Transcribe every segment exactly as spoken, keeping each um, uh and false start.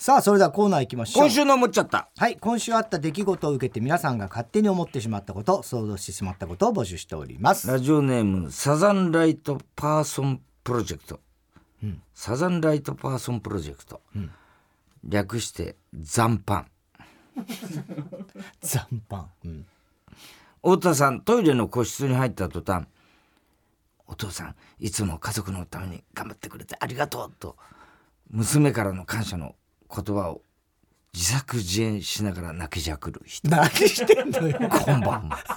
さあそれではコーナー行きましょう。 今週の思っちゃった。 はい、今週あった出来事を受けて皆さんが勝手に思ってしまったこと、想像してしまったことを募集しております。 ラジオネームサザンライトパーソンプロジェクト、うん、サザンライトパーソンプロジェクト、うん、略して残飯残飯、うん、 太田さん、トイレの個室に入った途端、お父さんいつも家族のために頑張ってくれてありがとうと娘からの感謝の言葉を自作自演しながら泣きじゃくる人。 何してんのよこんばんは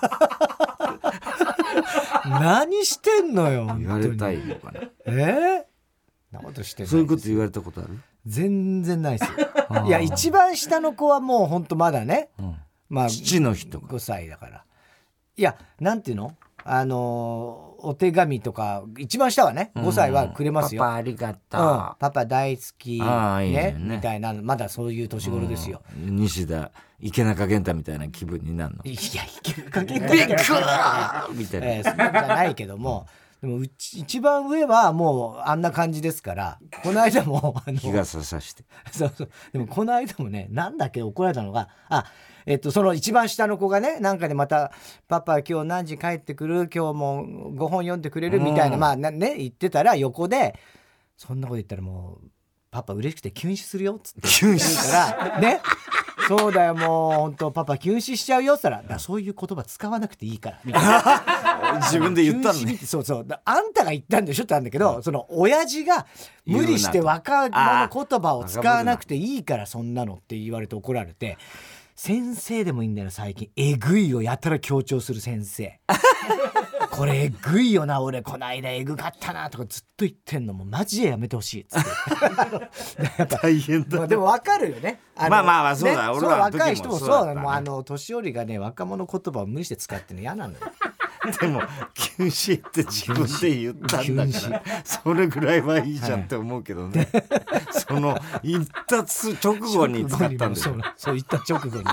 何してんのよ。 言われたいのかな。 えー、なことしてない。 そういうこと言われたことある？ 全然ないですよいや一番下の子はもうほんとまだね、うん、まあ父の日とかごさいだから、いやなんていうの、あのー、お手紙とか一番下はねごさいはくれますよ、 うん、パパありがとう、うん、 パパ大好き、 あいいね、 ねみたいな、まだそういう年頃ですよ、 うん、西田池中健太みたいな気分になるの。 いや池中健太ビッグーみたいな、 えー、そうじゃないけどもでもうち一番上はもうあんな感じですから、この間もあの日傘さしてそうそう、でもこの間もね、なんだっけ怒られたのが、あえっとその一番下の子がね、なんかでまたパパ今日何時帰ってくる、今日もごほん読んでくれるみたいな、まあね言ってたら、横でそんなこと言ったらもうパパ嬉しくてキュン死するよっつってキュン死からねそうだよもう本当パパキュン死しちゃうよっつったら、だそういう言葉使わなくていいからみたいな自分で言ったのね。 そうそう、あんたが言ったんでしょってあるんだけど、うん、その親父が無理して若者言葉を使わなくていいからそんなのって言われて怒られて、先生でもいいんだよ最近えぐいをやたら強調する先生これえぐいよな、俺こないだえぐかったなとかずっと言ってんのもマジでやめてほしいっつってやっぱ大変だ、 まあ、でも分かるよね、 あまあまあまあそうだ、ね、俺は若い人もそうだ、ね、もうあの年寄りがね若者言葉を無理して使ってるの嫌なのよでも休止って自分で言ったんだからそれぐらいはいいじゃんって思うけどね、はい、その言った直後に使ったんだよ。 そうそう言った直後に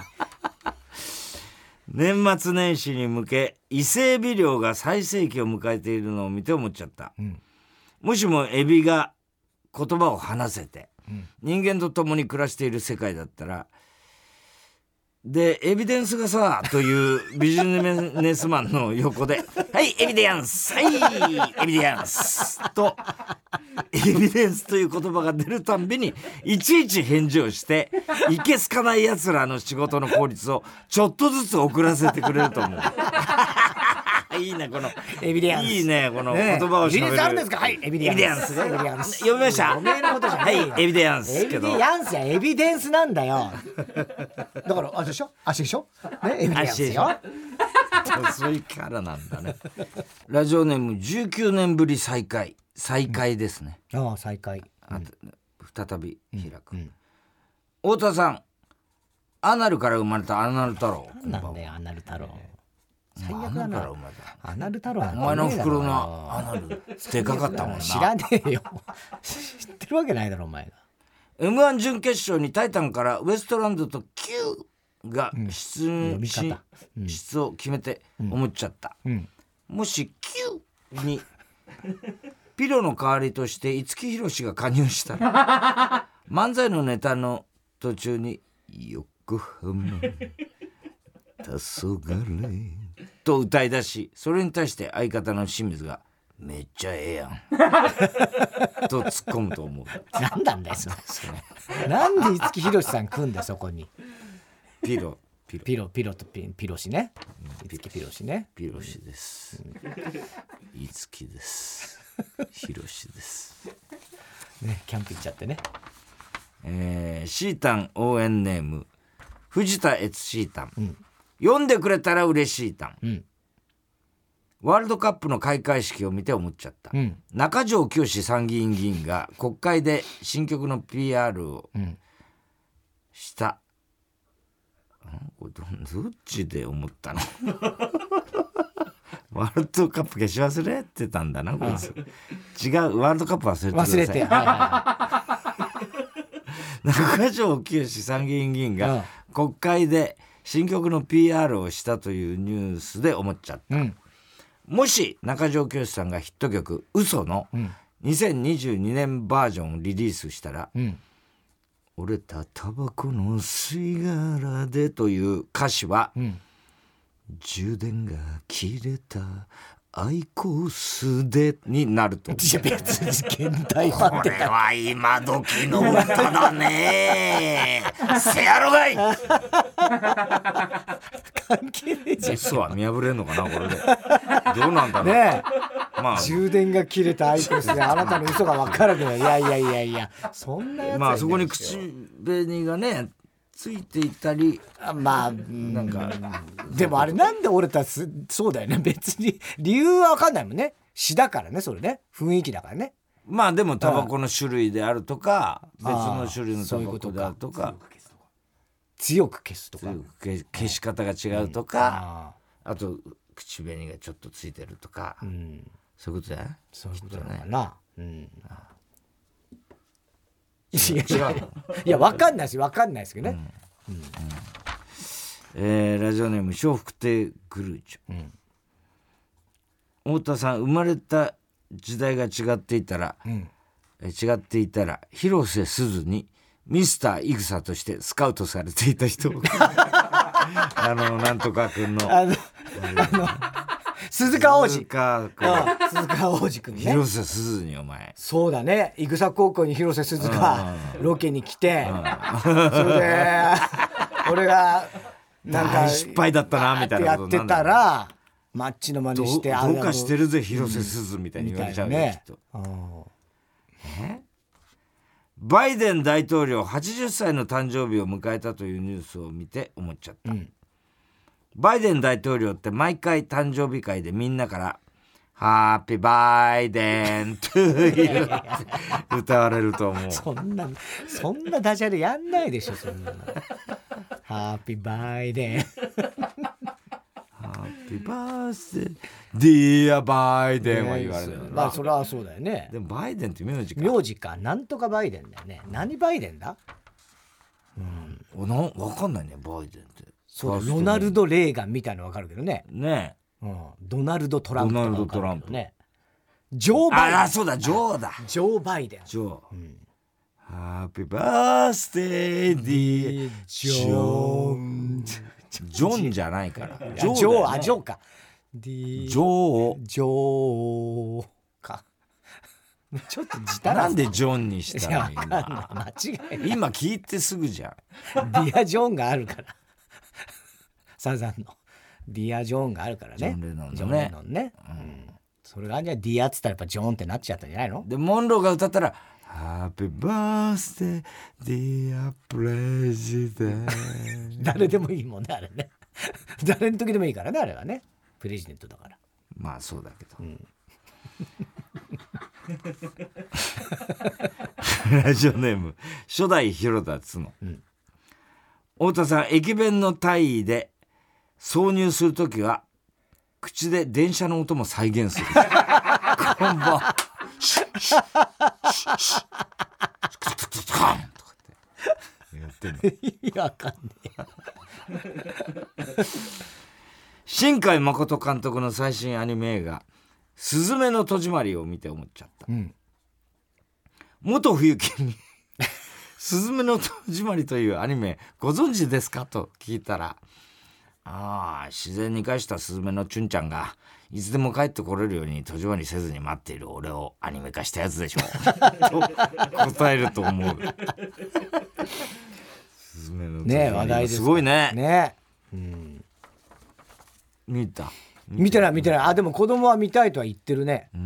年末年始に向け伊勢エビ漁が最盛期を迎えているのを見て思っちゃった、うん、もしもエビが言葉を話せて、うん、人間と共に暮らしている世界だったら、でエビデンスがさというビジネスマンの横ではいエビデンスはいエビデンスとエビデンスという言葉が出るたんびにいちいち返事をしていけすかないやつらの仕事の効率をちょっとずつ遅らせてくれると思ういいねこのエビデンス、 いいねこの言葉をしゃべる、ね、エビデンスあるんですか、はいエビデンス、エビデンス読みました、 おめえのことじゃはないいエビデンスけどエビデンスやエビデンスなんだよだからあれでしょ足でしょ、ね、エビデンスよそういうキャラなんだねラジオネームじゅうきゅうねんぶり再会再会ですね、 うん、ああ再会、 うん、再び開く、うんうん、太田さん、アナルから生まれたアナル太郎、 なんだよアナル太郎、最悪だな。アナル太郎はお前の袋のアナルでかかったもんな。 知らねえよ知ってるわけないだろお前が。 エムワン 準決勝にタイタンからウエストランドと Q が出,、うん、しうん、出を決めて思っちゃった、うんうん、もし Q にピロの代わりとして五木ひろしが加入したら漫才のネタの途中に横浜黄昏と歌い出し、それに対して相方の清水がめっちゃええやんと突っ込むと思う。 何なんだよそれなんで五木ひろしさん組んでそこにピロピロピロピロと ピ, ピロシね、五木ピロシね、 ピロシです、五木ですひろしですね、キャンプ行っちゃってね、 えー、シータン応援ネーム藤田悦シータン、うん、読んでくれたら嬉しいタン、うん、ワールドカップの開会式を見て思っちゃった、うん、中条きよし参議院議員が国会で新曲の ピーアール をした、うん、これ ど, どっちで思ったのワールドカップ消し忘れてたんだなこいつ違うワールドカップ忘れてください、 忘れて、はいはい、 中条きよし参議院議員が国会で新曲の ピーアール をしたというニュースで思っちゃった、うん、もし中条きよしさんがヒット曲嘘のにせんにじゅうにねんバージョンをリリースしたら、うん、 折れたタバコの吸い殻でという歌詞は、うん、充電が切れたアイコスでになると。いや別に現代版ってこれは今時の歌だねせやろがい関係ねえじゃん。 嘘は見破れんのかなこれでどうなんだろうねえ、まあ、充電が切れたアイコスであなたの嘘が分からない。いやいやいやいやそんなやつはまあそこに口紅がねついていたり、 まあなんかでもあれなんで折れたすそうだよね。別に理由は分かんないもんね。詩だからねそれね、雰囲気だからね。 まあでもタバコの種類であるとか別の種類のタバコであるとか強く消すとか強く消し方が違うとか、うん、あ, あと口紅がちょっとついてるとか、うん、そういうことだよ。 そういうことだよな、うん、いやいやいや分かんないし分かんないですけどね、うんうんうんえー、ラジオネーム笑福亭グルーチョ、うん、太田さん生まれた時代が違っていたら、うん、え違っていたら広瀬すずにミスターイグサとしてスカウトされていた人あのなんとかくんのあの、 あの鈴鹿王子鈴鹿鈴鹿王子くんね。 広瀬すずにお前そうだね、イグサ高校に広瀬すずがロケに来て、それで俺がなんか失敗だったなみたいなことやってたらマッチの真似してどうかしてるぜ広瀬すずみたいに言われちゃうよ、ね、きっと。えバイデン大統領はちじゅっさいの誕生日を迎えたというニュースを見て思っちゃった、うん、バイデン大統領って毎回誕生日会でみんなからハッピーバイデンという歌われると思う。 そんなそんなダジャレやんないでしょそんなハッピーバイデンハッピーバースデーディアバイデンは言われる、 まあそれはそうだよね。 でもバイデンって名字か名字かなんとかバイデンだよね。何バイデンだ、 うん、な分かんないねバイデンって。 そうロナルド・レーガンみたいなの分かるけどね。 ねえ、うん、ドナルド・トランプとか分かるけどね。 ドナルド・トランプジョー・バイデン。 ああそうだジョーだジョー・バイデンジョー、うん、ハッピーバースデーディジョンジョンじゃないからジョー、ね、あジョーかジョージョーかちょっと自他なんでジョンにしたの今間違い今聞いてすぐじゃんディアジョンがあるからサザンのディアジョンがあるからね。 ジョン・レノンのね、 ジョン・レノンね、うん、それがじゃあディアっつったらやっぱジョンってなっちゃったんじゃないの。 でモンローが歌ったらハッピーバースデーディアプレジデン誰でもいいもんねあれね誰の時でもいいからねあれはねプレジデントだから。 まあそうだけど、うん、ラジオネーム初代広田つの、うん、太田さん駅弁の大意で挿入するときは口で電車の音も再現するこんばんはシュッシュッシュッシュッカタカタカンとかってやってんのいやわかんねえ新海誠監督の最新アニメ映画すずめの戸締まりを見て思っちゃった、うん、元冬木にすずめの戸締まりというアニメご存知ですかと聞いたら、ああ自然に返したスズメのチュンちゃんがいつでも帰ってこれるように戸締まりせずに待っている俺をアニメ化したやつでしょと答えると思う。スズメの戸締まり、ね、話題ですすごいね。 ね、うん、 見た見てない見てない。あでも子供は見たいとは言ってるね。うん、うん、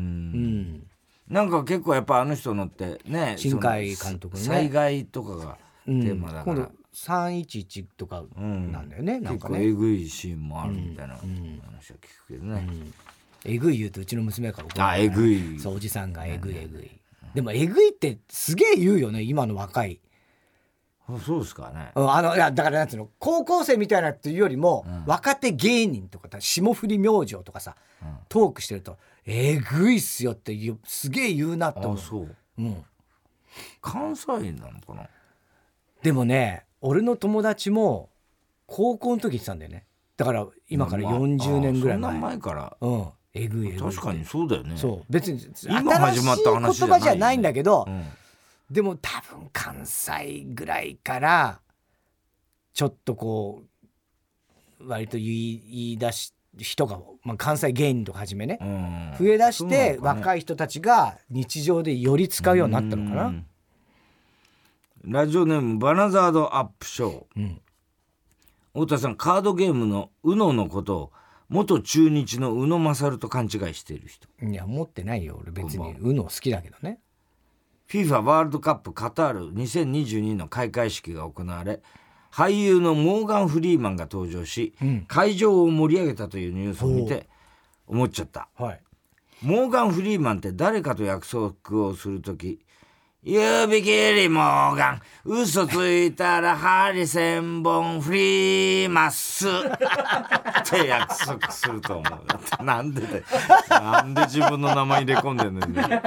なんか結構やっぱあの人のってね新海監督ね災害とかがテーマだから、うん、今度さんいちいちとかなんだよね、うん、なんかね結構えぐいシーンもあるみたいな話は聞くけどね、うんうん、 えぐい言うとうちの娘から怒る、 ね、あえぐいそうおじさんがえぐいえぐい、うん、でもえぐいってすげえ言うよね今の若い。 あそうですかね、 うん、あのいやだからなんつうの高校生みたいなっていうよりも、うん、若手芸人とか霜降り明星とかさ、うん、トークしてるとえぐいっすよっていうすげえ言うなって思う。 あそう、 うん、 関西なのかな。 でもね俺の友達も高校の時言ってたんだよね。だから今からよんじゅうねんぐらい前、 まあ、そんな前からうんえぐいえぐい確かにそうだよね。 そう別に今始まった話じゃない、ね、 新しい言葉じゃないんだけど、うんでも多分関西ぐらいからちょっとこう割と言い、言い出し人が、まあ、関西芸人とかはじめね、うん、増え出して、ね、若い人たちが日常でより使うようになったのかな。 ラジオネームバナザードアップショー、うん、太田さん、カードゲームの ウノ のことを元中日の宇野勝と勘違いしている人。 いや持ってないよ俺別に ウノ 好きだけどね。 FIFA ワールドカップカタールにせんにじゅうにの開会式が行われ、俳優のモーガン・フリーマンが登場し、うん、会場を盛り上げたというニュースを見て思っちゃった、はい、モーガン・フリーマンって誰かと約束をするとき、指切りモーガン、嘘ついたら針千本振りますって約束すると思う。だってなんででなんで自分の名前入れ込んでんのにね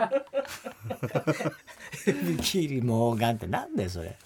指切りモーガンってなんだよそれ。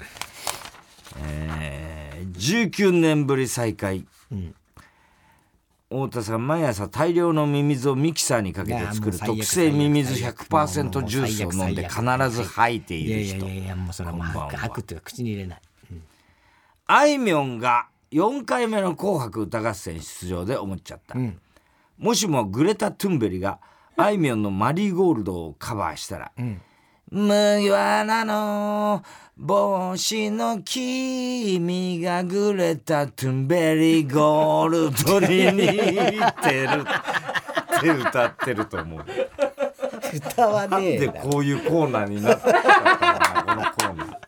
えー、じゅうきゅうねんぶり再会、うん、太田さん、毎朝大量のミミズをミキサーにかけて作る特製ミミズ ひゃくパーセント ジュースを飲んで必ず吐いている人。 いやいやいやもうそれはもう吐くっていうか口に入れない、うん、 あいみょんがよんかいめの紅白歌合戦出場で思っちゃった、うん、もしもグレタ・トゥンベリがあいみょんのマリーゴールドをカバーしたら、うん、麦わらの帽子の君がグレタ・トゥンベリゴールドに似てるって歌ってると思う。 歌わねえ。 なんでこういうコーナーになったのかなこのコーナ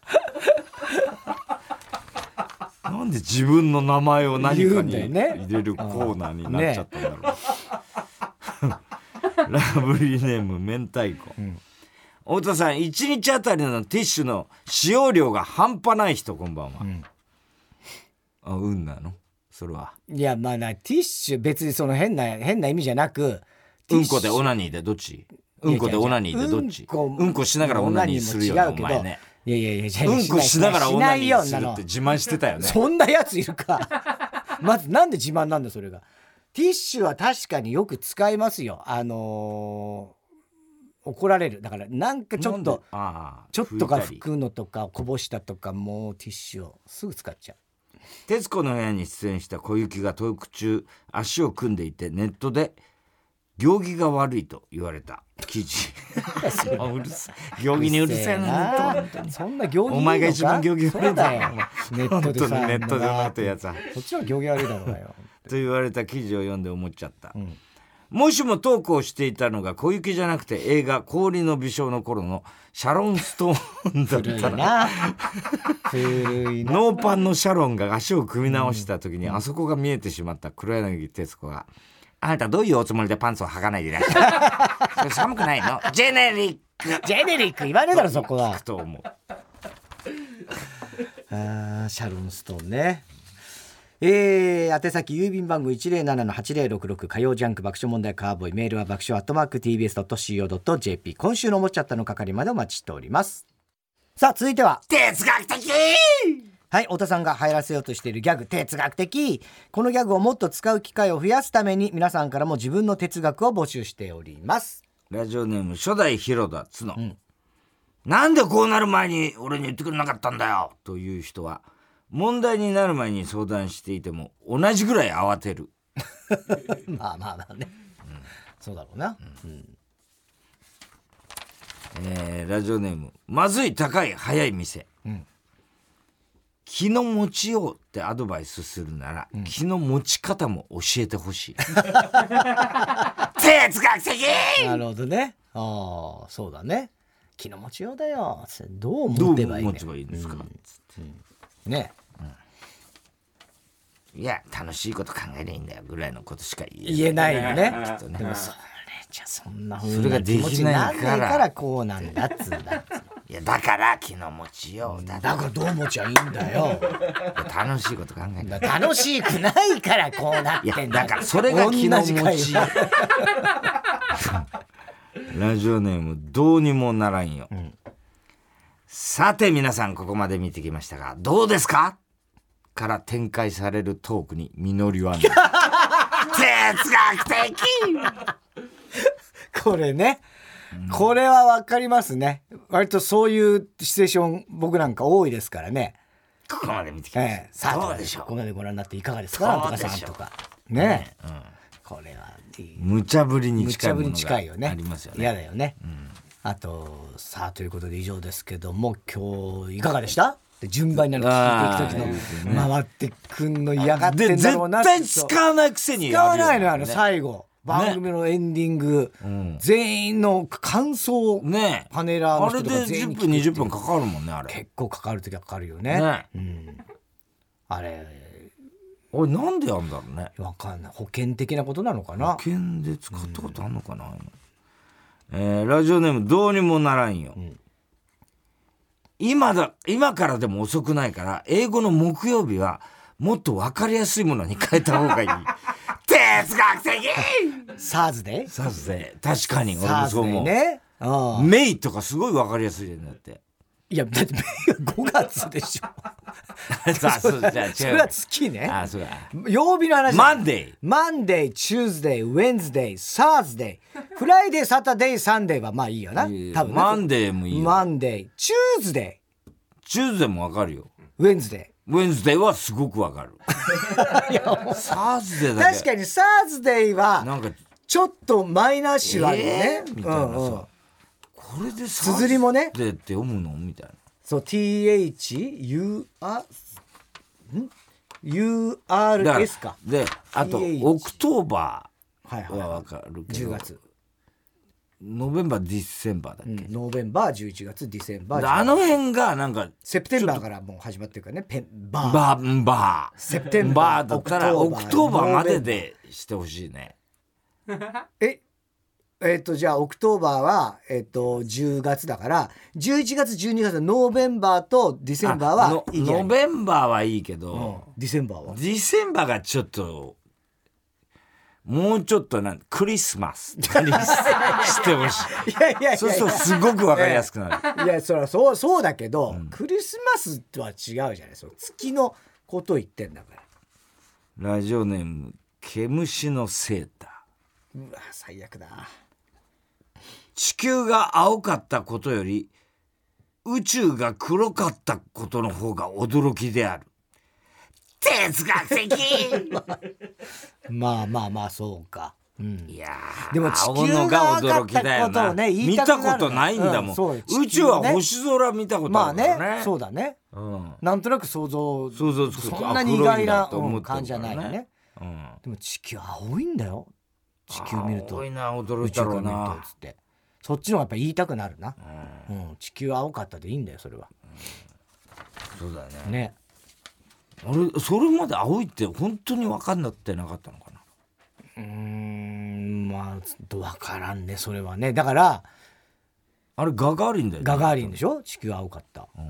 ー。なんで自分の名前を何かに入れるコーナーになっちゃったんだろう、ね、ラブリーネーム明太子、うん、太田さん、いちにちあたりのティッシュの使用量が半端ない人、こんばんは、うん、あ、うんなのそれは。 いやまあな、ティッシュ別にその変な変な意味じゃなく、 うんこでオナニーでどっち？うんこでオナニーでどっち？うんこ、うんこしながらオナニーするよね、お前ね。 いやいやいや、じゃあうんこしながらオナニーするって自慢してたよね。 そんなやついるかまずなんで自慢なんだそれが。ティッシュは確かによく使いますよ。あのー、怒られる。だからなんかちょっとちょっとか拭くのとかこぼしたとか、もうティッシュをすぐ使っちゃう。 徹子の部屋に出演した小雪がトーク中足を組んでいて、ネットで行儀が悪いと言われた記事うるさい、行儀にうるせえな。 そんな行儀いいのか。 お前が一番行儀悪いんだよ。 ネットでさ、 ネットでなってやつはそっちは行儀悪いだろうがよと言われた記事を読んで思っちゃった、うん、もしもトークをしていたのが小雪じゃなくて映画氷の微笑の頃のシャロン・ストーンだったら古いなノーパンのシャロンが足を組み直した時に、うん、あそこが見えてしまった黒柳徹子が、あなたどういうおつもりでパンツを履かないでいらっしゃるそれ寒くないの？ジェネリックジェネリック言われたらそこはと思うあシャロンストーンね。えー、宛先郵便番号 いちぜろななのはちぜろろくろく 火曜ジャンク爆笑問題カーボーイ、メールは爆笑アットマーク ティービーエスドットシーオードットジェーピー、 今週の思っちゃったの係までお待ちしております。さあ続いては哲学的。 はい、太田さんが流行らせようとしているギャグ、哲学的。このギャグをもっと使う機会を増やすために皆さんからも自分の哲学を募集しております。 ラジオネーム初代広田つの、うん、なんでこうなる前に俺に言ってくれなかったんだよという人は問題になる前に相談していても同じぐらい慌てるまあまあまあね、うん、そうだろうな、うんうん、 えー、ラジオネームまずい高い早い店、うん、気の持ちようってアドバイスするなら、うん、気の持ち方も教えてほしい哲学的。 なるほどね。ああそうだね、気の持ちようだよ、どう持てばいい、ね、 どう持てばいいんですか、うんうん、ね、 うん、いや楽しいこと考えりゃいいんだよぐらいのことしか言えない、 言えないよねきっとね。 でもそれじゃそんな風それができないからだからこうなんだっつうんだっついやだから気の持ちようだだからどう持ちゃいいんだよ楽しいこと考えて楽しくないからこうなってんだ。 だからそれが気の持ちよラジオネームどうにもならんよ、うん、さて皆さんここまで見てきましたがどうですかから展開されるトークに実りはない哲学的これね、 うん、これは分かりますね。割とそういうシチュエーション僕なんか多いですからね。 ここまで見てきました、ええ、 さあどうでしょう。ここまでご覧になっていかがですか。なんとかさんとかね、うん、これはいい無茶ぶりに近いものがありますよね。嫌だよね、うん、あとさあということで以上ですけども、今日いかがでした。で順番になる聞いていく時の回ってくんの嫌がってんだろうなって。 絶対使わないくせに使わないのよ、あの最後番組のエンディング、ね、うん、全員の感想、ね、パネラーの人とか全員あれでじゅっぷんにじゅっぷんかかるもんね。あれ結構かかる時はかかるよね、ね、うん、あれおいなんでやんだろうね。 わかんない。保険的なことなのかな。 保険で使ったことあんのかな、うん、えー、ラジオネームどうにもならんよ、うん、今だ今からでも遅くないから英語の木曜日はもっと分かりやすいものに変えた方がいい哲学的サーズデイサーズデイ確かに俺もそう思う、 ね、 メイとかすごい分かりやすいんだって。 いやだってメイはごがつでしょそうじゃあ違うそれは月ね。 あそうだ曜日の話。 マンデーマンデーチューズデーウェンズデーサーズデーフライデーサタデーサンデーはまあいいよな。多分、ね、 マンデーもいいよ。 マンデーチューズデーチューズデーも分かるよ。 ウェンズデーウェンズデーはすごく分かるいやサーズデーだけ確かにサーズデーはなんかちょっとマイナー種あるよね、 えー、みたいなさ、うんうん、これでサー綴りもねでって読むのみたいな。 そう ティーエイチユー ユーアールエス か。 であとティーエイチオクトーバーは分かるけど、 じゅうがつノベンバーディセンバーだっけ、 うん、ノーベンバーじゅういちがつディセンバーあの辺がなんかセプテンバーからもう始まってるからね。ペンバーバーバーセプテンバーだったらオクトーバーまででしてほしいねええっとじゃあオクトーバーは、えっとじゅうがつだからじゅういちがつじゅうにがつのノーベンバーとディセンバーはいい。 ノベンバーはいいけど、うん、 ディセンバーはディセンバーがちょっともうちょっとなんクリスマスしてほしい。いやいやいやそうするとすごくわかりやすくなる。いやそりゃそうそうだけど、うん、クリスマスとは違うじゃない。その月のことを言ってんだから。 ラジオネーム毛虫のセーター。うわ最悪だ。 地球が青かったことより宇宙が黒かったことの方が驚きである。哲学的まあまあまあそうか、うん、 いやでも地球が青かったことをね言いたくなる。 見たことないんだもん、うんね、宇宙は星空見たことあるからね。 まあねそうだね、うん、なんとなく想像想像つく。 そんなに意外な感じじゃないよね、うん、でも地球青いんだよ。地球見ると青いな驚いたろうなつってそっちの方がやっぱ言いたくなるな、うんうん、地球青かったでいいんだよそれは、 うん、そうだよね。 ねあれそれまで青いって本当に分かんなってなかったのかな。 うーんまあ分からんねそれはね。だからあれガガーリンだよね。 ガガーリンでしょ地球青かった、うん、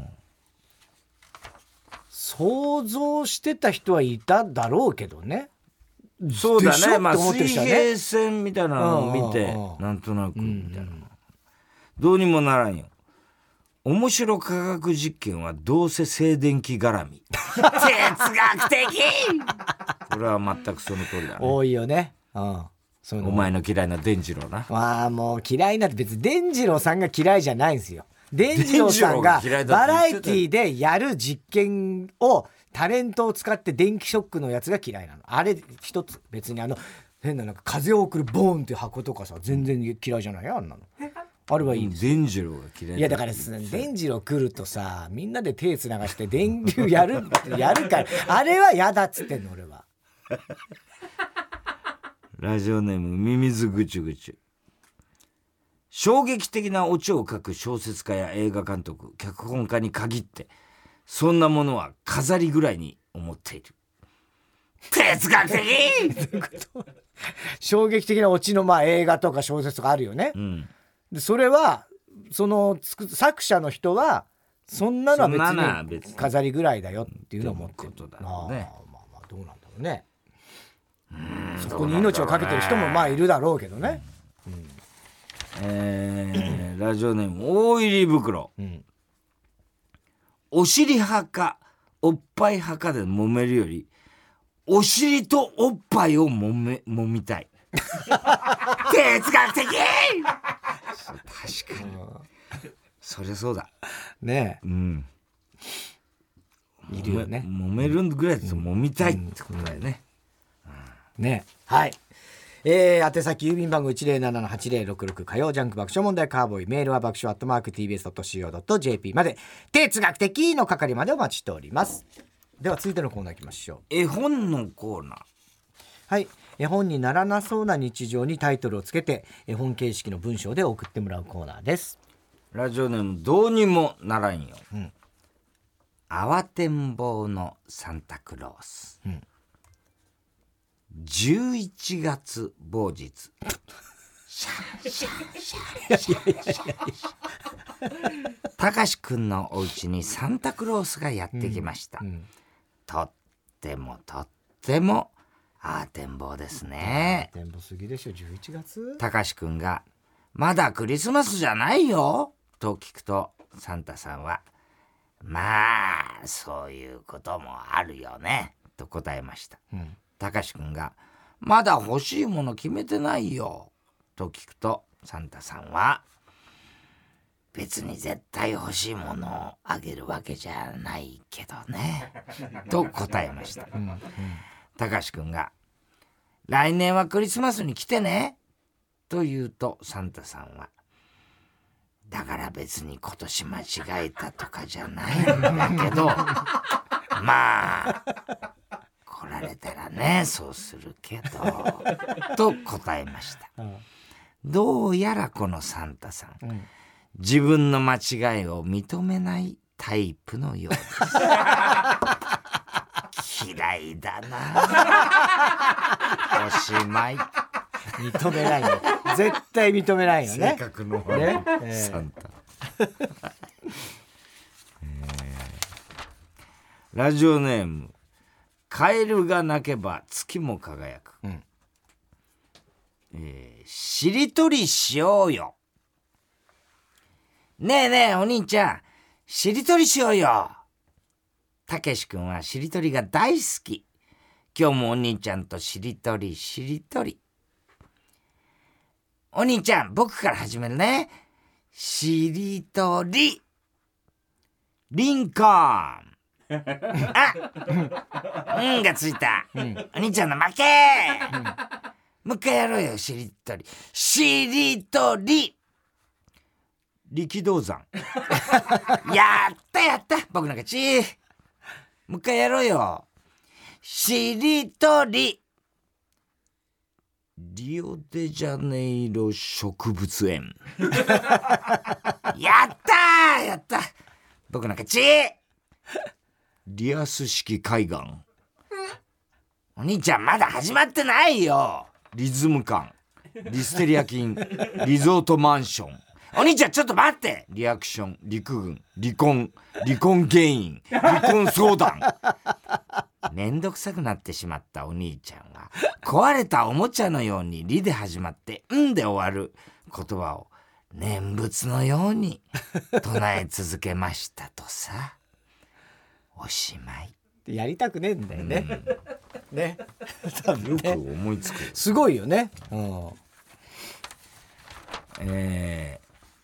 想像してた人はいただろうけどね。 そうだね。まあ水平線みたいなのを見てなんとなくみたいな、うんうん、どうにもならんよ。面白科学実験はどうせ静電気絡み哲学的これは全くその通りだね。 多いよね、うん、そういうのお前の嫌いな伝次郎な。 まあもう嫌いなって別に伝次郎さんが嫌いじゃないんですよ。伝次郎さんがバラエティでやる実験をタレントを使って電気ショックのやつが嫌いなの。あれ一つ別にあの変ななんか風を送るボーンっていう箱とかさ全然嫌いじゃないよあんなの。あれはいいんですよ。 伝次郎が嫌いだ。 いやだから伝次郎来るとさみんなで手つながして電流やるやるからあれは嫌だっつってんの俺は。 ラジオネームミミズぐちゅぐちゅ。衝撃的なオチを書く小説家や映画監督脚本家に限ってそんなものは飾りぐらいに思っている。哲学的衝撃的なオチのまあ映画とか小説とかあるよね、うん、でそれはその作者の人はそんなのは別に飾りぐらいだよっていうのを思ってる。 ことだろうね。 あまあまあどうなんだろうね。うんそこに命をかけてる人もまあいるだろうけどね、うんうんえー、ラジオネーム大入り袋、うん、お尻派かおっぱい派かで揉めるよりお尻とおっぱいを揉め揉みたい哲学的確かにそりゃそうだねえ、うん、 いるよね。 揉めるぐらいですと揉みたいってことだよね、 うんうん、ねはい。えー、宛先郵便番号 いちゼロななのはちゼロろくろく 火曜ジャンク爆笑問題カーボーイ。メールは爆笑アットマーク ティービーエスドットシーオードットジェーピー まで。哲学的の係までお待ちしております。では続いてのコーナー行きましょう。 絵本のコーナー。 はい、絵本にならなそうな日常にタイトルをつけて絵本形式の文章で送ってもらうコーナーです。 ラジオネームどうにもならんよ、うん、慌てんぼうのサンタクロース、うん、じゅういちがつ某日シャンシャンシャンシャンシャンたかしくんのお家にサンタクロースがやってきました、うんうん、とってもとってもあーてんぼうですね。 あーてんぼすぎでしょ。じゅういちがつ。 たかしくんがまだクリスマスじゃないよと聞くとサンタさんはまあそういうこともあるよねと答えました。たかしくんがまだ欲しいもの決めてないよと聞くとサンタさんは別に絶対欲しいものをあげるわけじゃないけどねと答えました。たかしくんが来年はクリスマスに来てねと言うとサンタさんはだから別に今年間違えたとかじゃないんだけどまあ来られたらねそうするけどと答えました。どうやらこのサンタさん、うん、自分の間違いを認めないタイプのようです嫌いだなおしまい。 認めないよ絶対認めないよね。 性格の、ねえー、サンタ、えー、ラジオネームカエルが鳴けば月も輝く、うんえー、しりとりしようよ。ねえねえお兄ちゃんしりとりしようよ。たけし君はしりとりが大好き。今日もお兄ちゃんとしりとりしりとり。お兄ちゃん僕から始めるね。しりとりリンコーンあうんがついた、うん、お兄ちゃんの負け、うん、もう一回やろうよ。しりとりしりとり力道山やったやった僕の勝ち。もう一回やろうよ。しりとりリオデジャネイロ植物園やったやった僕の勝ち。リアス式海岸お兄ちゃんまだ始まってないよ。リズム感リステリア菌リゾートマンションお兄ちゃんちょっと待って。リアクション陸軍離婚離婚原因離婚相談めんどくさくなってしまったお兄ちゃんは壊れたおもちゃのようにリで始まってんで終わる言葉を念仏のように唱え続けましたとさ。おしまい。 やりたくねえんだよね、うん、ねよく思いつく。 すごいよね、うん、 え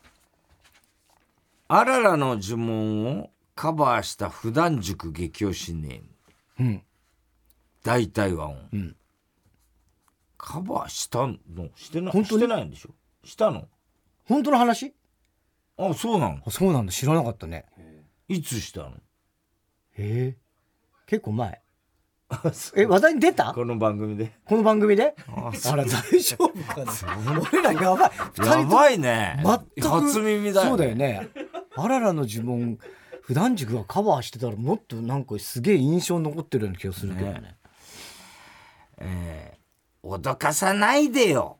ー、あららの呪文をカバーした普段塾激推しネーム、うん、大体和音、うん、カバーしたのしてなしてないんでしょ。したの本当の話。 あそうなの。 あそうなんだ知らなかったね。 いつしたの。 えー、結構前え話題に出たこの番組でこの番組で あ, あら大丈夫かな俺らやばいやばいね全く初耳だよ、ね、 そうだよね。あららの呪文普段塾がカバーしてたらもっとなんかすげえ印象残ってるような気がするけどね。ねえー、脅かさないでよ。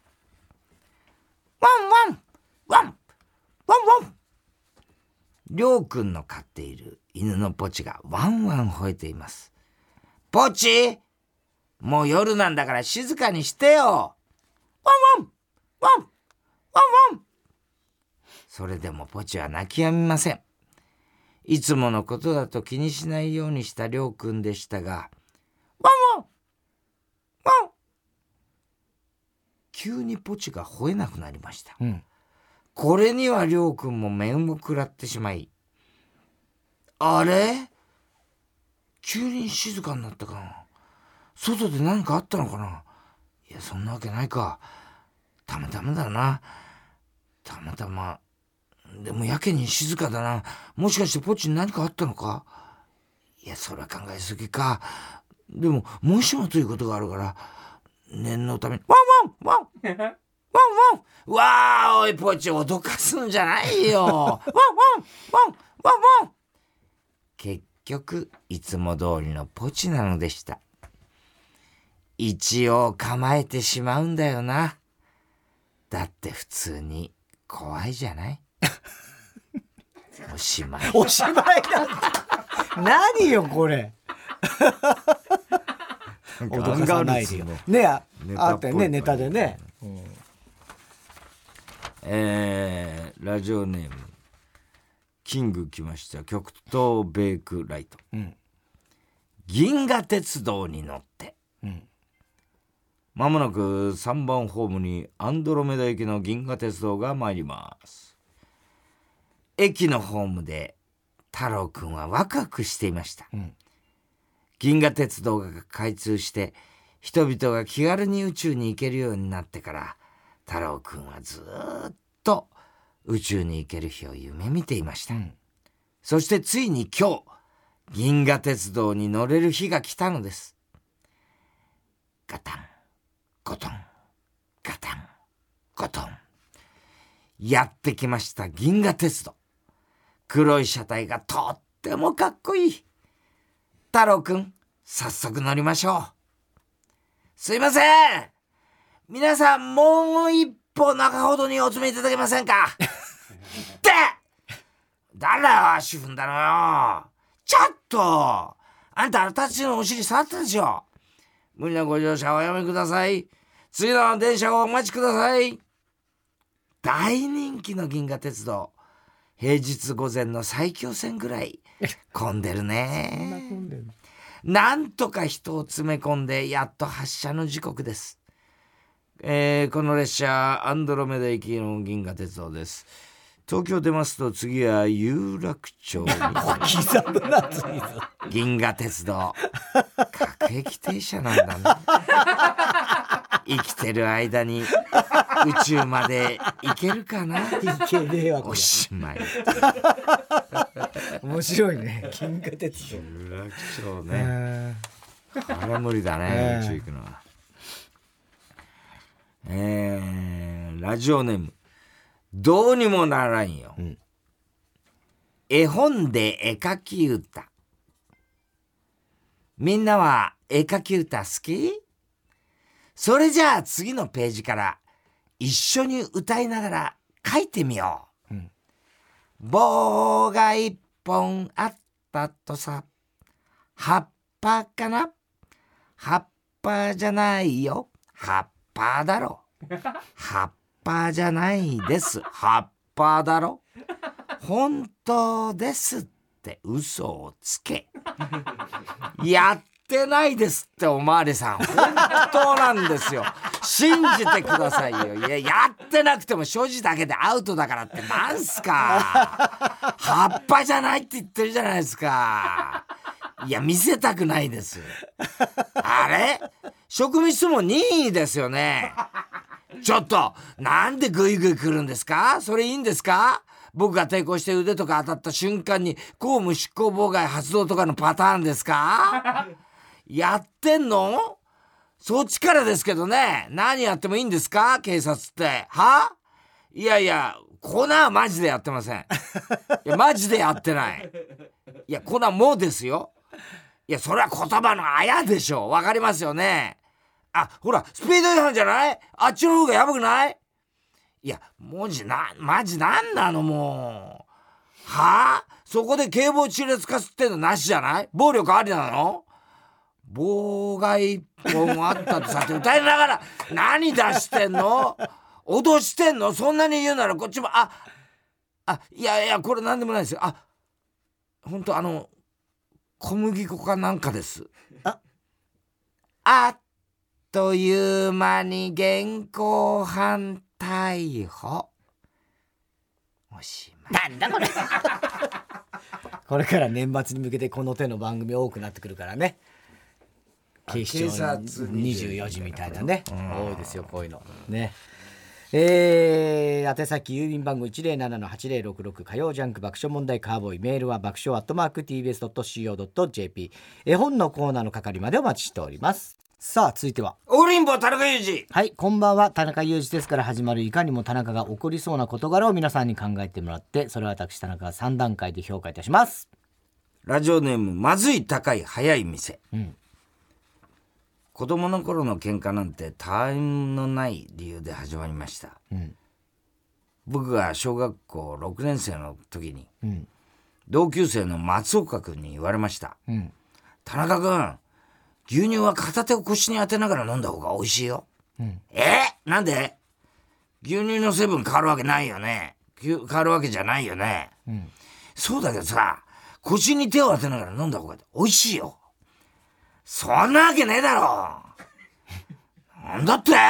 ワンワンワンワンワン。りょうくんの飼っている犬のポチがワンワン吠えています。ポチもう夜なんだから静かにしてよ。ワンワンワンワンワン。それでもポチは泣き止みません。いつものことだと気にしないようにしたりょうくんでしたが、ワンワンワン。急にポチが吠えなくなりました、うん、 これにはりょうくんも面を食らってしまい、あれ急に静かになったかな。外で何かあったのかな。いや、そんなわけないか。たまたまだな。たまたま。でもやけに静かだな。もしかしてポチに何かあったのか。いや、それは考えすぎか。でももしもということがあるから念のためにワンワンワンワンワンわーおいポチ脅かすんじゃないよワンワンワンワンワン。結局いつも通りのポチなのでした。一応構えてしまうんだよな。だって普通に怖いじゃないおしまい。 おしまいなんだ。何よこれ。脅かさないでよ。ねああったよねネタでね。うん、 えー、ラジオネームキング来ました。極東ベイクライト、うん、銀河鉄道に乗って、うん、まもなくさんばんホームにアンドロメダ行きの銀河鉄道が参ります。駅のホームで太郎くんはワクワクしていました、うん、銀河鉄道が開通して人々が気軽に宇宙に行けるようになってから太郎くんはずっと宇宙に行ける日を夢見ていました、うん、そしてついに今日銀河鉄道に乗れる日が来たのです。ガタンゴトンガタンゴトン、やってきました銀河鉄道。黒い車体がとってもかっこいい。太郎くん早速乗りましょう。すいません皆さんもう一歩中ほどにお詰めいただけませんかって誰だよ足踏んだのよ。ちょっとあんた私のお尻触ったでしょ。無理なご乗車おやめください。次の電車をお待ちください。大人気の銀河鉄道、平日午前の埼京線ぐらい混んでるね。そんな混んでる。なんとか人を詰め込んでやっと発車の時刻です、えー、この列車アンドロメダ行きの銀河鉄道です。東京出ますと次は有楽町に銀河鉄道各駅停車なんだね生きてる間に宇宙まで行けるかな。 行けねえわこれ。 おしまい面白いね銀河鉄道。 有楽町ね、あれは無理だね、宇宙行くのは。えー、ラジオネームどうにもならんよ、うん、絵本で絵描き歌。みんなは絵描き歌好き？それじゃあ次のページから一緒に歌いながら書いてみよう、うん、棒が一本あったとさ、葉っぱかな？葉っぱじゃないよ、葉っぱだろ。葉っぱじゃないです、葉っぱだろ。本当ですって嘘をつけ。やってないですっておまわりさん、本当なんですよ。信じてくださいよ。いや、やってなくても所持だけでアウトだからってなんすか。葉っぱじゃないって言ってるじゃないですか。いや、見せたくないです。あれ職務質問にいですよね。ちょっとなんでグイグイ来るんですか。それいいんですか。僕が抵抗して腕とか当たった瞬間に公務執行妨害発動とかのパターンですか。やってんの？そっちからですけどね。何やってもいいんですか警察って。は？いやいや、コナーマジでやってません。いやマジでやってない。いやコナーもですよ。いやそれは言葉のあやでしょ。わかりますよね。あ、ほらスピード違反じゃない？あっちの方がやばくない？いや文字なマジなんなのもう。はあ？そこで警棒陳列化すってんのなしじゃない？暴力ありなの？棒が一本あったってさって歌いながら何出してんの？脅してんの？そんなに言うならこっちもああいやいやこれなんでもないですよ。あ本当あの小麦粉かなんかです。ああっという間に現行犯逮捕。 おしまい。なんだこれこれから年末に向けてこの手の番組多くなってくるからね。警視庁にじゅうよじみたいなね、多いですよこういうのね。えー、宛先郵便番号 いちゼロななのはちゼロろくろく 火曜ジャンク爆笑問題カーボーイ。メールは爆笑アットマーク ティービーエスドットシーオードットジェーピー。 絵本のコーナーの係までお待ちしております。さあ続いてはオリンボ田中裕二。 はい、こんばんは。田中裕二ですから始まるいかにも田中が起こりそうな事柄を皆さんに考えてもらって、それを私田中がさん段階で評価いたします。 ラジオネームまずい高い早い店、うん、子供の頃の喧嘩なんて他愛のない理由で始まりました、うん、僕が小学校ろくねん生の時に、うん、同級生の松岡君に言われました、うん、田中君、牛乳は片手を腰に当てながら飲んだ方が美味しいよ、うん、えー、なんで？牛乳の成分変わるわけないよね。変わるわけじゃないよね、うん、そうだけどさ、腰に手を当てながら飲んだ方が美味しいよ。そんなわけねえだろ。なんだって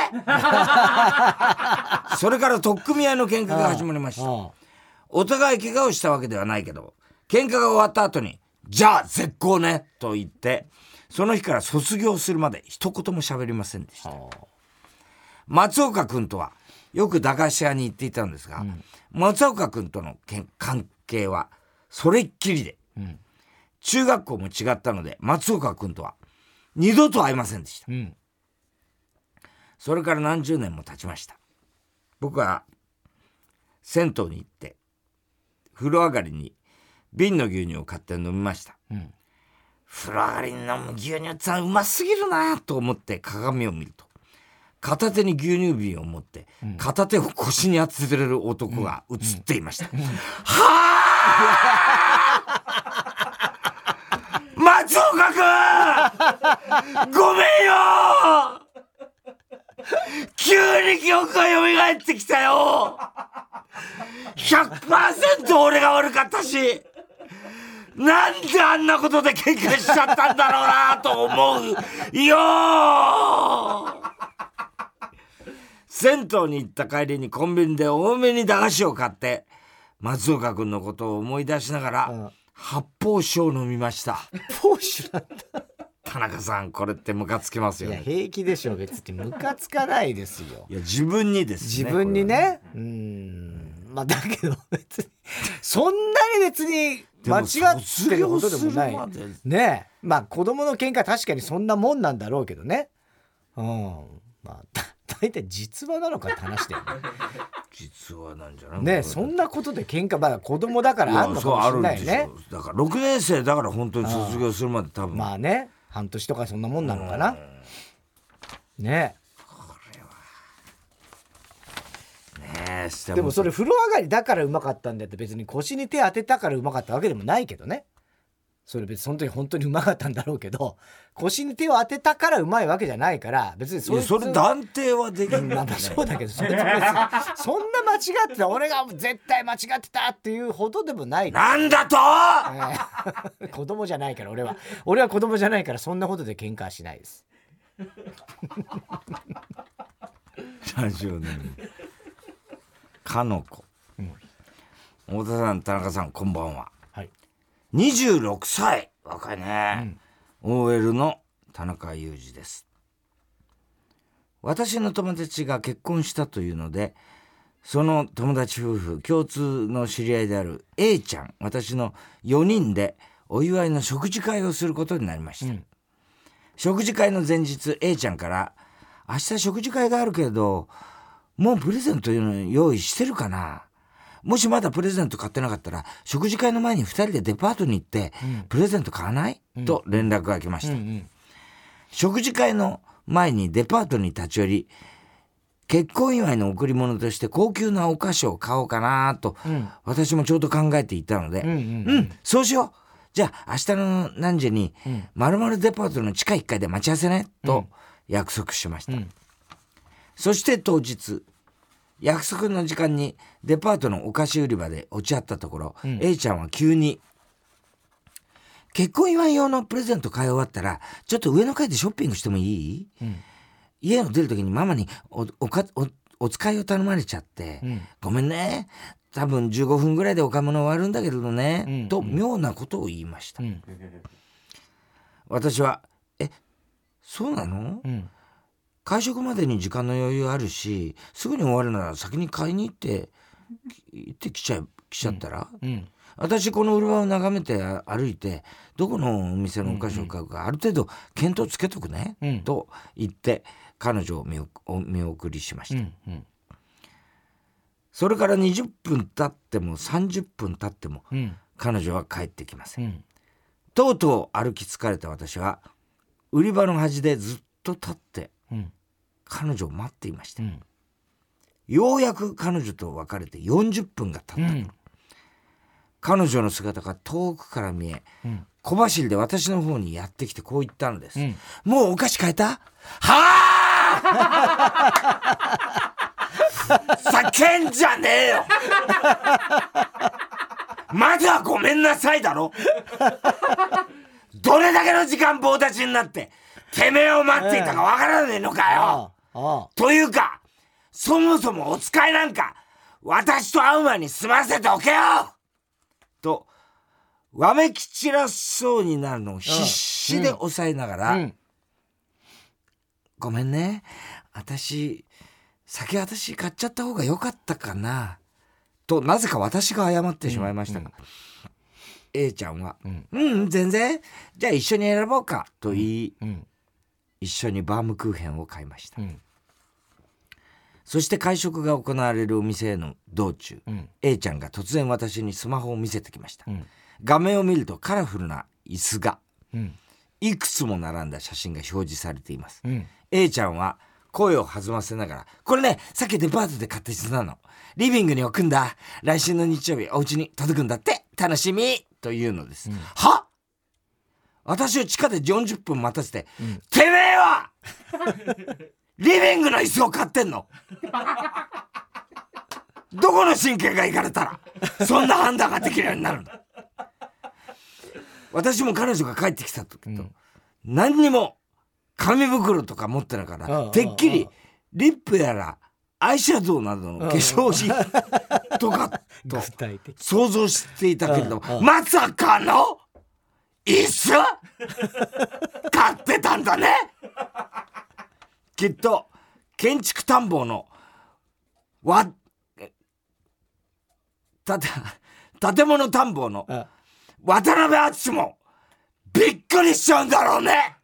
それから取っ組み合いの喧嘩が始まりました。ああ、お互い怪我をしたわけではないけど、喧嘩が終わった後にじゃあ絶好ねと言って、その日から卒業するまで一言も喋りませんでした。ああ、松岡君とはよく駄菓子屋に行っていたんですが、うん、松岡君との関係はそれっきりで、うん、中学校も違ったので松岡君とは二度と会いませんでした、うん、それから何十年も経ちました。僕は銭湯に行って風呂上がりに瓶の牛乳を買って飲みました、うん、風呂上がりに飲む牛乳ってうますぎるなと思って鏡を見ると、片手に牛乳瓶を持って片手を腰に当ててる男が映っていました、うんうんうん、はあ松岡くんごめんよ、急に記憶が蘇ってきたよ。 ひゃくパーセント 俺が悪かったし、なんであんなことで喧嘩しちゃったんだろうなと思うよ。銭湯に行った帰りにコンビニで多めに駄菓子を買って松岡君のことを思い出しながら、うん、発泡酒を飲みました。 発泡酒なんだ。 田中さん、これってムカつきますよね。 いや平気でしょ、別にムカつかないですよ。 いや自分にですね。 自分にね、うーん、まあだけど別にそんなに別に間違ってることでもないね。え、まあ子供の喧嘩確かにそんなもんなんだろうけどね。うん、まあ大体実話なのかって話だよね。 実話なんじゃないねえ、そんなことで喧嘩、まだ子供だからあんのかもしれないね。 だからろくねん生だから本当に卒業するまで多分まあね、半年とかそんなもんなのかな。ねえ、これはねえ、でもそれ風呂上がりだからうまかったんだって、別に腰に手当てたからうまかったわけでもないけどね。それ別にその時本当にうまかったんだろうけど、腰に手を当てたからうまいわけじゃないから、別にそれそれ断定はできるんだ、ね、 そうだけど、それそんな間違ってた、俺が絶対間違ってたっていうほどでもない。 なんだと、 えー、子供じゃないから、俺は俺は子供じゃないから、そんなことで喧嘩はしないです。 ラジオネームかのこ、うん、太田さん、田中さん、こんばんは。にじゅうろくさい、若いね、うん、オーエル の田中裕二です。私の友達が結婚したというので、その友達夫婦共通の知り合いである A ちゃん、私のよにんでお祝いの食事会をすることになりました、うん、食事会の前日 A ちゃんから、明日食事会があるけどもうプレゼント用意してるかな、もしまだプレゼント買ってなかったら食事会の前にふたりでデパートに行って、うん、プレゼント買わない、うん、と連絡が来ました、うんうん、食事会の前にデパートに立ち寄り、結婚祝いの贈り物として高級なお菓子を買おうかなと、うん、私もちょうど考えていたので、うん、うんうん、そうしよう、じゃあ明日の何時に〇〇デパートの地下いっかいで待ち合わせね、うん、と約束しました、うん、そして当日約束の時間にデパートのお菓子売り場で落ち合ったところ、うん、A ちゃんは急に、結婚祝い用のプレゼント買い終わったらちょっと上の階でショッピングしてもいい、うん、家を出るときにママに お, お, か お, お使いを頼まれちゃって、うん、ごめんね、 多分じゅうごふんぐらいでお買い物終わるんだけどね、うん、と妙なことを言いました、うん、私はえそうなの、うん、会食までに時間の余裕あるしすぐに終わるなら先に買いに行って行ってきちゃ来ちゃったら、うんうん、私この売り場を眺めて歩いてどこのお店のお菓子を買うかある程度見当つけとくね、うん、と言って彼女を見送、見送りしました、うんうん、それからにじゅっぷん経ってもさんじゅっぷん経っても、うん、彼女は帰ってきません、うん、とうとう歩き疲れた私は売り場の端でずっと立って、うん、彼女を待っていました、うん、ようやく彼女と別れてよんじゅっぷんが経った、うん、彼女の姿が遠くから見え、うん、小走りで私の方にやってきてこう言ったのです、うん、もうお菓子買えた？はぁ叫んじゃねえよまずはごめんなさいだろどれだけの時間棒立ちになっててめえを待っていたかわからねえのかよ、ああああというかそもそもお使いなんか私と会う前に済ませておけよとわめき散らそうになるのを必死で抑えながら、うんうん、ごめんね私先私買っちゃった方が良かったかなとなぜか私が謝ってしまいましたが、うんうん、A ちゃんは、うん、うん全然じゃあ一緒に選ぼうかと言い、うんうん、一緒にバームクーヘンを買いました、うん、そして会食が行われるお店への道中、うん、A ちゃんが突然私にスマホを見せてきました、うん、画面を見るとカラフルな椅子が、うん、いくつも並んだ写真が表示されています、うん、A ちゃんは声を弾ませながらこれねさっきデパートで買った椅子なのリビングに置くんだ来週の日曜日お家に届くんだって楽しみというのです、うん、は私を地下でよんじゅっぷん待たせて、うん、てめえはリビングの椅子を買ってんのどこの神経がいかれたらそんな判断ができるようになるんだ私も彼女が帰ってきた時と、うん、何にも紙袋とか持ってながらてっきりリップやらアイシャドウなどの化粧品とかと想像していたけれどもまさかの椅子買ってたんだねきっと建築探訪のわたた建物探訪の渡辺篤もびっくりしちゃうんだろうね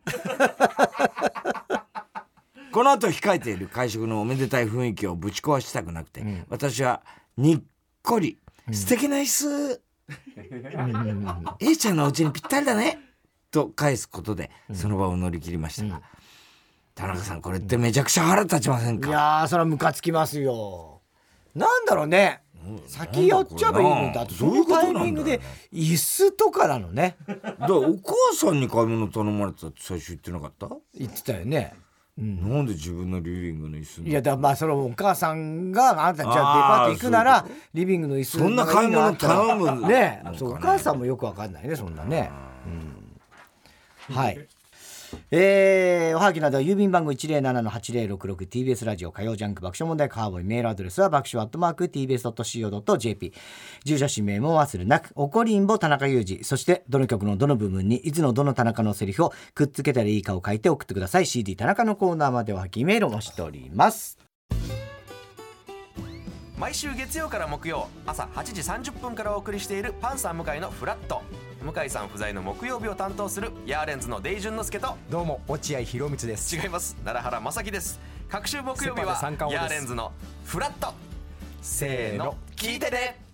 この後控えている会食のおめでたい雰囲気をぶち壊したくなくて、うん、私はにっこり、うん、素敵な椅子、うん、A ちゃんのお家にぴったりだねと返すことでその場を乗り切りましたが、うん、田中さんこれってめちゃくちゃ腹立ちませんか？ いやーそれはムカつきますよ。なんだろうね、うん、先やっちゃえばいいのだとそういうタイミングで椅子とかなのねだからお母さんに買い物頼まれてたって最初言ってなかった？ 言ってたよね、うん、 なんで自分のリビングの椅子いやだまあそのお母さんがあんたじゃあデパート行くならリビングの椅子そんな買い物頼むねそうお母さんもよくわかんないねそんなね、うん、はいえー、おはぎなどは郵便番号 いちゼロななのはちゼロろくろく ティービーエス ラジオ火曜ジャンク爆笑問題カーボーイメールアドレスは爆笑アットマーク ティービーエスドットシーオードットジェーピー 住所氏名も忘れなくおこりんぼ田中裕二そしてどの曲のどの部分にいつのどの田中のセリフをくっつけたらいいかを書いて送ってください。 シーディー 田中のコーナーまでおはぎメールをお待ちしております。 毎週月曜から木曜朝はちじさんじゅっぷんからお送りしているパンサー向井のフラット。向井さん不在の木曜日を担当するヤーレンズのデイジュンの之介とどうも落合博満です。 違います奈良原正樹です。各週木曜日はヤーレンズのフラットせーの聞いてね。